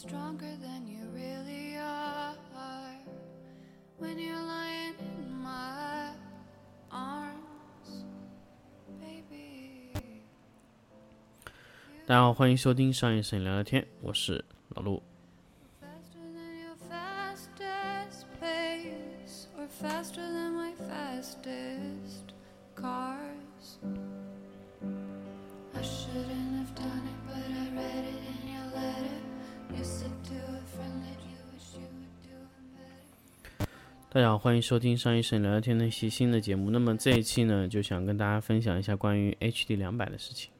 stronger than you really are when you're lying in my arms, baby. 大家好，欢迎收听商业摄影聊聊天，我是老陆。 Faster than your fastest pace, or faster than my fastest cars. I shouldn't have done it, but I read it in your letter. You said to a friend that you wish you would do it better. 大家好，欢迎收听商业摄影聊聊天的一期新的节目。那么这一期呢，就想跟大家分享一下关于 HD200 的事情。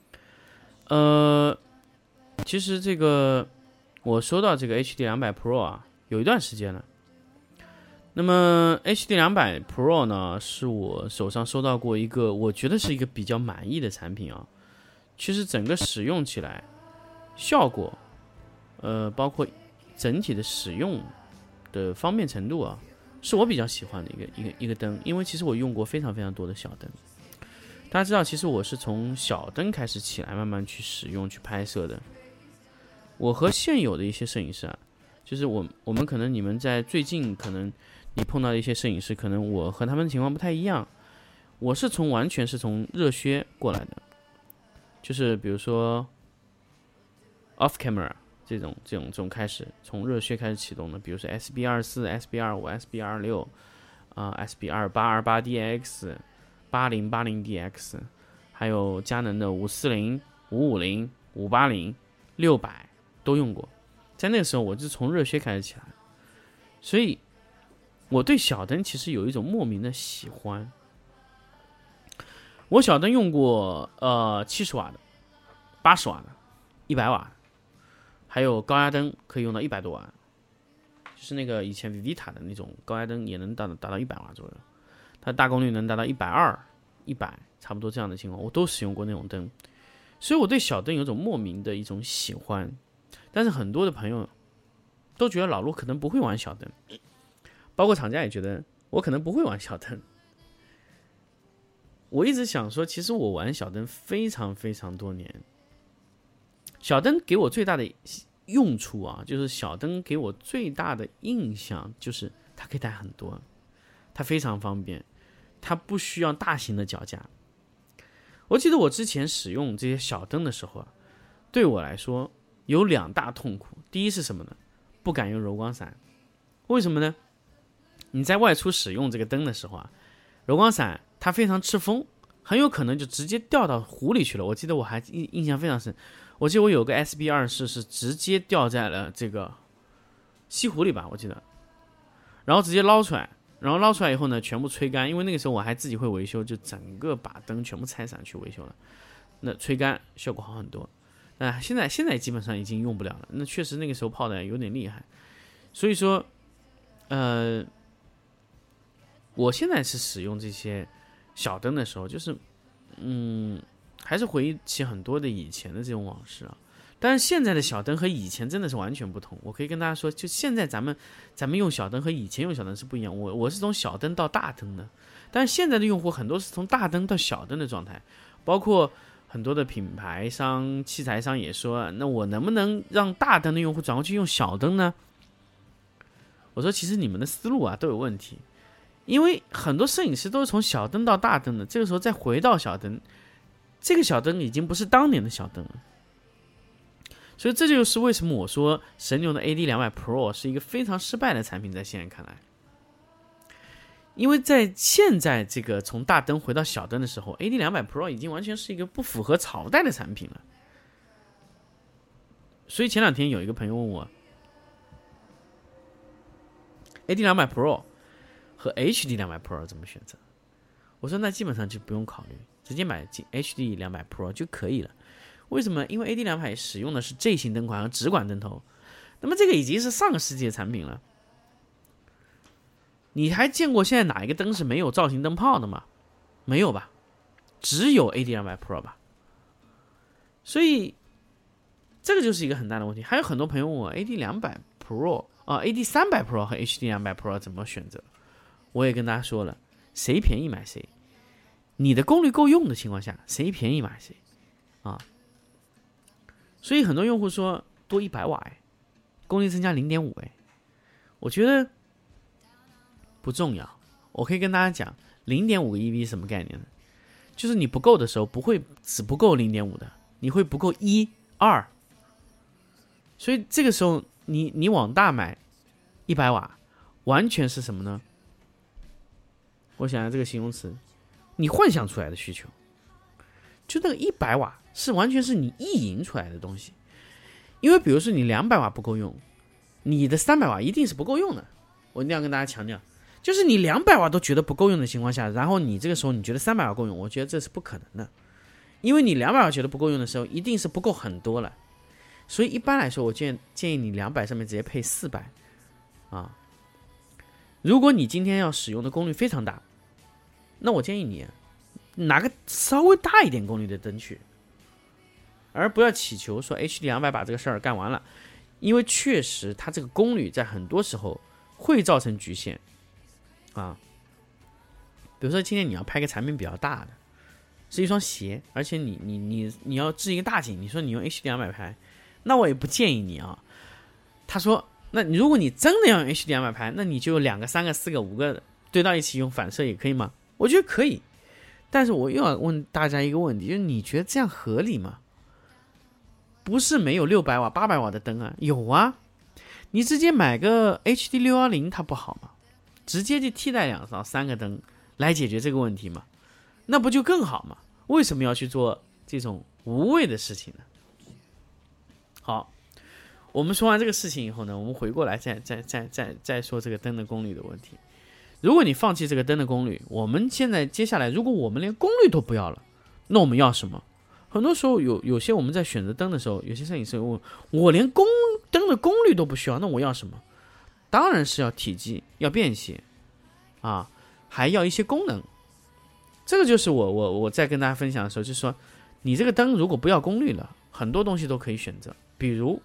其实这个我收到这个 HD200 Pro 啊，有一段时间了。那么 HD200 Pro 呢，是我手上收到过一个，我觉得是一个比较满意的产品啊。其实整个使用起来，效果，包括整体的使用的方便程度啊，是我比较喜欢的一个灯。因为其实我用过非常非常多的小灯。大家知道，其实我是从小灯开始起来，慢慢去使用、去拍摄的。我和现有的一些摄影师啊，就是我们可能你们在最近可能你碰到的一些摄影师，可能我和他们的情况不太一样。我是完全是从热靴过来的，就是比如说 off camera 这种开始，从热靴开始启动的，比如说 SB24、SB25、SB26 SB28、28DX。8080DX， 还有佳能的540、550、580、600都用过。在那个时候，我就从热靴开始起来，所以我对小灯其实有一种莫名的喜欢。我小灯用过70瓦的、80瓦的、100瓦的，还有高压灯可以用到100多瓦，就是那个以前 Vivita 的那种高压灯也能达到100瓦左右。它大功率能达到120、100，差不多这样的情况，我都使用过那种灯，所以我对小灯有种莫名的一种喜欢。但是很多的朋友都觉得老陆可能不会玩小灯，包括厂家也觉得我可能不会玩小灯。我一直想说，其实我玩小灯非常非常多年，小灯给我最大的用处啊，就是小灯给我最大的印象就是它可以带很多。它非常方便，它不需要大型的脚架。我记得我之前使用这些小灯的时候啊，对我来说有2大痛苦。第一是什么呢？不敢用柔光伞。为什么呢？你在外出使用这个灯的时候啊，柔光伞它非常吃风，很有可能就直接掉到湖里去了。我记得我还印象非常深，我记得我有个 SB24是直接掉在了这个西湖里吧，我记得，然后直接捞出来。然后捞出来以后呢，全部吹干，因为那个时候我还自己会维修，就整个把灯全部拆散去维修了。那吹干效果好很多。那现在基本上已经用不了了。那确实那个时候泡的有点厉害。所以说，我现在是使用这些小灯的时候，就是还是回忆起很多的以前的这种往事啊。但是现在的小灯和以前真的是完全不同。我可以跟大家说，就现在咱们用小灯和以前用小灯是不一样。我是从小灯到大灯的，但是现在的用户很多是从大灯到小灯的状态，包括很多的品牌商、器材商也说，那我能不能让大灯的用户转过去用小灯呢？我说，其实你们的思路啊都有问题，因为很多摄影师都是从小灯到大灯的，这个时候再回到小灯，这个小灯已经不是当年的小灯了。所以这就是为什么我说神牛的 AD200 Pro 是一个非常失败的产品，在现在看来。因为在现在这个从大灯回到小灯的时候， AD200 Pro 已经完全是一个不符合朝代的产品了。所以前2天有一个朋友问我 AD200 Pro 和 HD200 Pro 怎么选择，我说那基本上就不用考虑，直接买 HD200 Pro 就可以了。为什么？因为 AD200 使用的是 J 型灯块和直管灯头，那么这个已经是上个世纪的产品了。你还见过现在哪一个灯是没有造型灯泡的吗？没有吧？只有 AD200 Pro 吧？所以这个就是一个很大的问题。还有很多朋友问我 AD200 Pro AD300 Pro 和 HD200 Pro 怎么选择？我也跟大家说了，谁便宜买谁。你的功率够用的情况下，谁便宜买谁啊。所以很多用户说多100瓦， 功率增加 0.5， 我觉得不重要。我可以跟大家讲 0.5 个 EV 什么概念呢？就是你不够的时候不会只不够 0.5 的，你会不够1、2，所以这个时候你往大买100瓦，完全是什么呢？我想想这个形容词，你幻想出来的需求，就那个100瓦是完全是你意淫出来的东西。因为比如说你200瓦不够用，你的300瓦一定是不够用的。我一定要跟大家强调，就是你200瓦都觉得不够用的情况下，然后你这个时候你觉得300瓦够用，我觉得这是不可能的。因为你200瓦觉得不够用的时候，一定是不够很多了。所以一般来说，我建议你200上面直接配400啊。如果你今天要使用的功率非常大，那我建议你拿个稍微大一点功率的灯去，而不要祈求说 HD200 把这个事儿干完了，因为确实它这个功率在很多时候会造成局限啊。比如说今天你要拍个产品比较大的，是一双鞋，而且你要置一个大景，你说你用 HD200 拍，那我也不建议你啊。他说，那如果你真的要用 HD200 拍，那你就2个、3个、4个、5个堆到一起用反射也可以吗？我觉得可以，但是我又要问大家一个问题，就是你觉得这样合理吗？不是没有600瓦、800瓦的灯啊，有啊。你直接买个 HD610 它不好吗？直接就替代2到3个灯来解决这个问题嘛，那不就更好吗？为什么要去做这种无谓的事情呢？好，我们说完这个事情以后呢，我们回过来再说这个灯的功率的问题。如果你放弃这个灯的功率，我们接下来如果我们连功率都不要了，那我们要什么？很多时候有些我们在选择灯的时候，有些摄影师问我连灯的功率都不需要，那我要什么？当然是要体积，要便携啊，还要一些功能。这个就是我在跟大家分享的时候，就是说你这个灯如果不要功率了，很多东西都可以选择，比如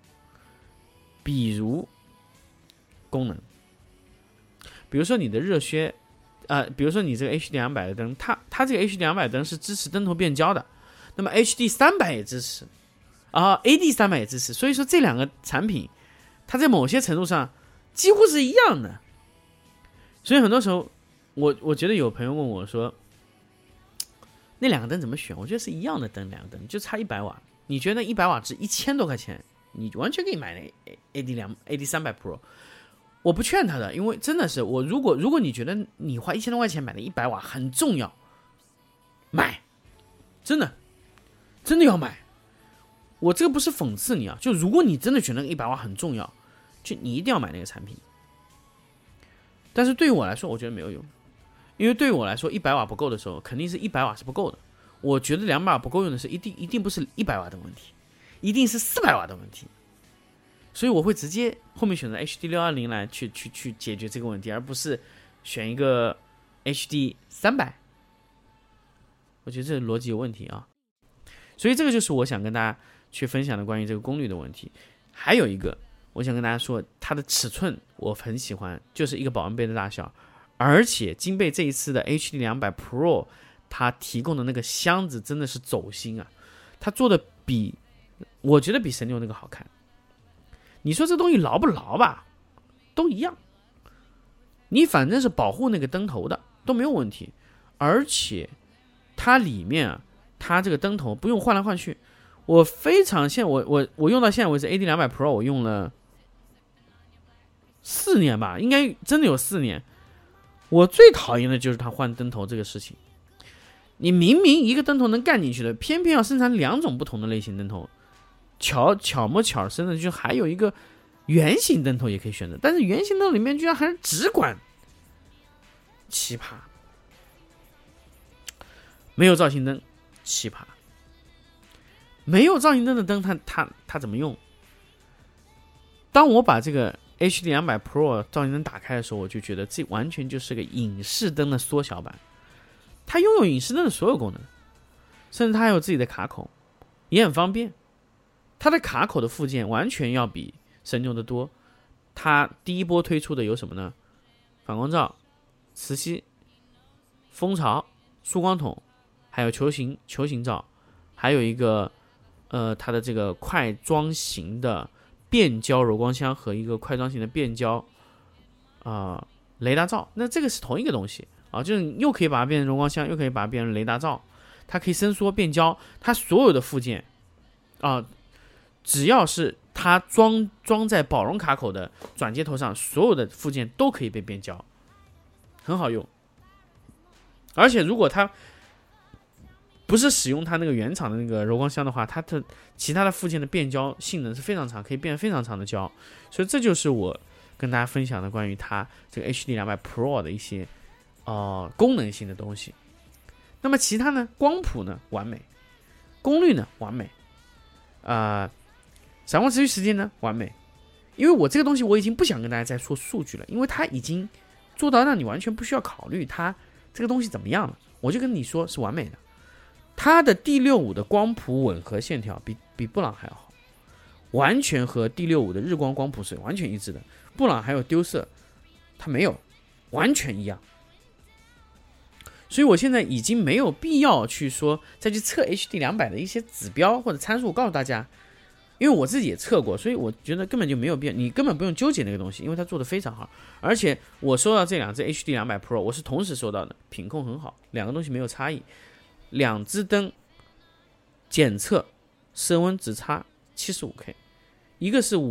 功能，比如说你的热靴，比如说你这个 HD200 的灯，它这个 HD200 灯是支持灯头变焦的，那么 HD300 也支持啊，AD300 也支持，所以说这两个产品，它在某些程度上几乎是一样的。所以很多时候，我觉得有朋友问我说，那两个灯怎么选？我觉得是一样的灯，两个灯就差100瓦。你觉得100瓦值1000多块钱，你完全可以买那 AD300 Pro。我不劝他的，因为真的是我如果你觉得你花1000多块钱买的100瓦很重要，买，真的要买。我这个不是讽刺你啊，就如果你真的觉得100瓦很重要，就你一定要买那个产品。但是对于我来说，我觉得没有用，因为对于我来说，100瓦不够的时候，肯定是100瓦是不够的。我觉得200瓦不够用的是一定不是100瓦的问题，一定是400瓦的问题。所以我会直接后面选择 HD620 来去解决这个问题，而不是选一个 HD300。我觉得这逻辑有问题啊。所以这个就是我想跟大家去分享的关于这个功率的问题。还有一个我想跟大家说，它的尺寸我很喜欢，就是一个保温杯的大小，而且金贝这一次的 HD200 Pro 它提供的那个箱子真的是走心啊，它做的我觉得比神牛那个好看。你说这东西牢不牢吧，都一样，你反正是保护那个灯头的都没有问题。而且它里面啊，它这个灯头不用换来换去。我非常我用到现在为止 AD200 Pro 我用了4年吧，应该真的有4年。我最讨厌的就是它换灯头这个事情。你明明一个灯头能干进去的，偏偏要生产2种不同的类型灯头。巧模巧生的，就还有一个圆形灯头也可以选择，但是圆形灯里面居然还是直管，奇葩。没有造型灯，奇葩。没有造型灯的灯它怎么用？当我把这个 HD200 Pro 造型灯打开的时候，我就觉得这完全就是个影视灯的缩小版。它拥有影视灯的所有功能，甚至它还有自己的卡口，也很方便。它的卡口的附件完全要比神牛的多。它第一波推出的有什么呢？反光罩、磁吸、蜂巢、束光筒，还有球形罩，还有一个它的这个快装型的变焦柔光箱和一个快装型的变焦雷达罩，那这个是同一个东西啊，就是你又可以把它变成柔光箱，又可以把它变成雷达罩，它可以伸缩变焦，它所有的附件只要是它装在保容卡口的转接头上，所有的附件都可以被变焦，很好用。而且如果它不是使用它那个原厂的那个柔光箱的话，它的其他的附件的变焦性能是非常长，可以变非常长的焦。所以这就是我跟大家分享的关于它这个 HD200 Pro 的一些功能性的东西。那么其他呢，光谱呢完美，功率呢完美，闪光持续时间呢完美。因为我这个东西我已经不想跟大家再说数据了，因为它已经做到让你完全不需要考虑它这个东西怎么样了，我就跟你说是完美的。它的 D65 的光谱吻合线条比布朗还要好，完全和 D65 的日光光谱是完全一致的。布朗还有丢色，它没有，完全一样。所以我现在已经没有必要去说再去测 HD200 的一些指标或者参数，告诉大家，因为我自己也测过，所以我觉得根本就没有必要，你根本不用纠结那个东西，因为它做的非常好。而且我收到这两只 HD200 Pro， 我是同时收到的，品控很好，两个东西没有差异。两只灯检测色温只差 75K， 一个是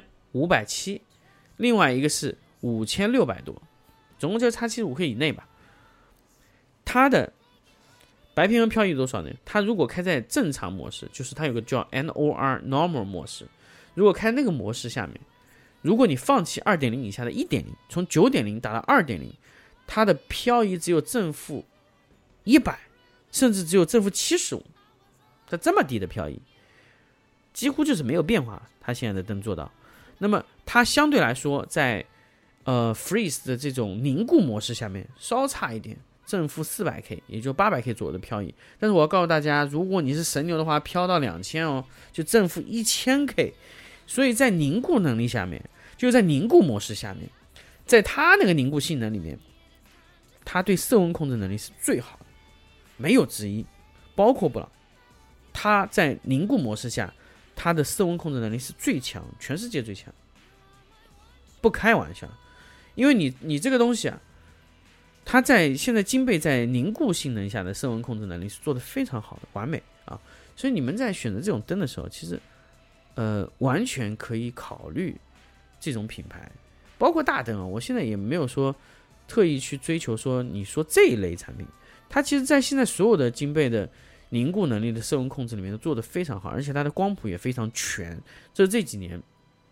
5570，另外一个是5600多，总共就差 75K 以内吧。它的白平衡漂移多少呢？它如果开在正常模式，就是它有个叫 NOR Normal 模式，如果开那个模式下面，如果你放弃 2.0 以下的 1.0， 从 9.0 打到 2.0， 它的漂移只有正负100，甚至只有正负75，它这么低的漂移，几乎就是没有变化。它现在的灯做到，那么它相对来说在freeze 的这种凝固模式下面稍差一点，正负 400K， 也就 800K 左右的漂移。但是我要告诉大家，如果你是神牛的话，飘到2000哦，就正负 1000K。所以在凝固能力下面，就是在凝固模式下面，在它那个凝固性能里面，它对色温控制能力是最好的，没有之一。包括布朗，它在凝固模式下，它的色温控制能力是最强，全世界最强，不开玩笑。因为你这个东西啊，它在现在金贝在凝固性能下的色温控制能力是做得非常好的，完美啊！所以你们在选择这种灯的时候，其实完全可以考虑这种品牌，包括大灯啊。我现在也没有说特意去追求说你说这一类产品，它其实在现在所有的金贝的凝固能力的色温控制里面都做得非常好，而且它的光谱也非常全。这是这几年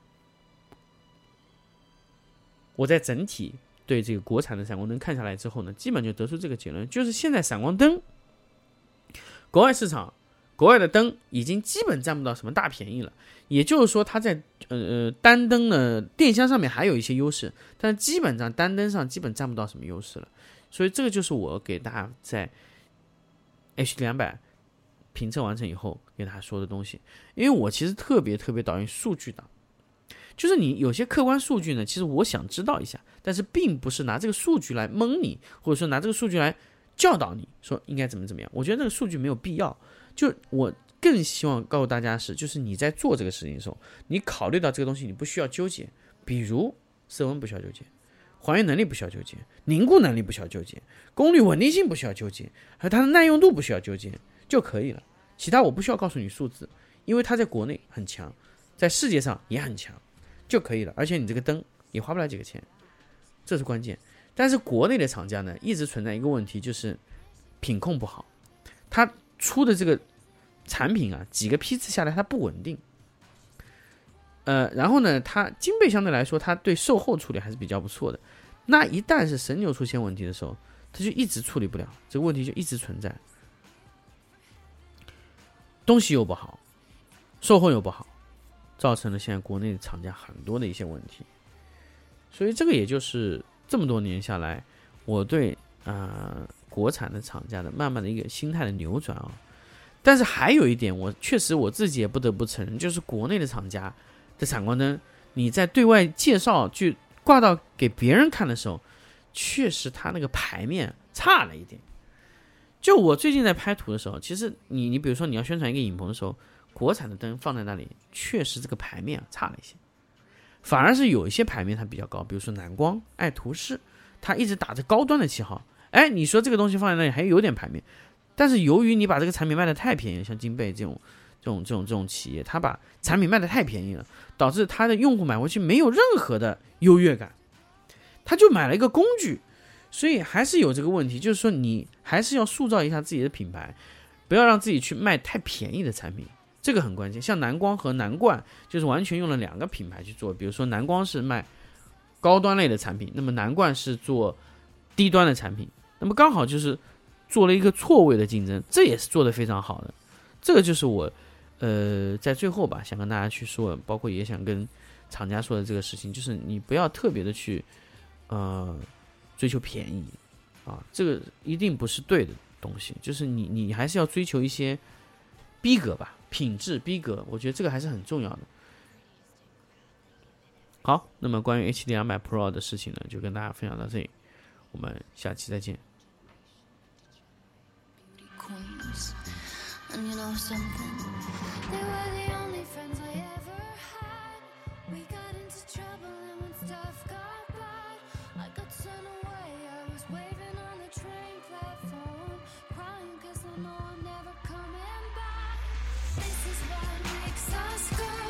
我在整体对这个国产的闪光灯看下来之后呢，基本就得出这个结论，就是现在闪光灯国外市场国外的灯已经基本占不到什么大便宜了。也就是说它在单灯呢电箱上面还有一些优势，但基本上单灯上基本占不到什么优势了。所以这个就是我给大家在 HD200 评测完成以后给大家说的东西。因为我其实特别讨厌数据党，就是你有些客观数据呢，其实我想知道一下，但是并不是拿这个数据来蒙你，或者说拿这个数据来教导你说应该怎么样。我觉得这个数据没有必要。就我更希望告诉大家是，就是你在做这个事情的时候，你考虑到这个东西你不需要纠结，比如色温不需要纠结，还原能力不需要纠结，凝固能力不需要纠结，功率稳定性不需要纠结，还有它的耐用度不需要纠结就可以了。其他我不需要告诉你数字，因为它在国内很强，在世界上也很强就可以了。而且你这个灯也花不了几个钱，这是关键。但是国内的厂家呢，一直存在一个问题，就是品控不好，它出的这个产品啊，几个批次下来它不稳定。然后呢，它金贝相对来说，它对售后处理还是比较不错的。那一旦是神牛出现问题的时候，它就一直处理不了，这个问题就一直存在。东西又不好，售后又不好，造成了现在国内的厂家很多的一些问题。所以这个也就是这么多年下来，我对国产的厂家的慢慢的一个心态的扭转啊。但是还有一点，我确实我自己也不得不承认，就是国内的厂家的闪光灯，你在对外介绍去挂到给别人看的时候，确实它那个牌面差了一点。就我最近在拍图的时候，其实你比如说你要宣传一个影棚的时候， 国产的灯放在那里，确实这个牌面差了一些，反而是有一些牌面它比较高，比如说蓝光、爱图仕，它一直打着高端的旗号。哎，你说这个东西放在那里还有点牌面，但是由于你把这个产品卖的太便宜了，像金贝这种企业，它把产品卖的太便宜了，导致它的用户买回去没有任何的优越感，他就买了一个工具。所以还是有这个问题，就是说你还是要塑造一下自己的品牌，不要让自己去卖太便宜的产品，这个很关键。像蓝光和蓝冠就是完全用了两个品牌去做，比如说蓝光是卖高端类的产品，那么蓝冠是做低端的产品，那么刚好就是做了一个错位的竞争，这也是做得非常好的。这个就是我在最后吧想跟大家去说，包括也想跟厂家说的这个事情，就是你不要特别的去追求便宜啊，这个一定不是对的东西，就是你还是要追求一些逼格吧，品质逼格，我觉得这个还是很重要的。好，那么关于 HD200 Pro 的事情呢，就跟大家分享到这里，我们下期再见。 And you know something? They were the only friends I ever had. We got into trouble and when stuff got bad, I got sent away. I was waving on the train platform, crying 'cause I know I'm never coming back. This is what makes us girls.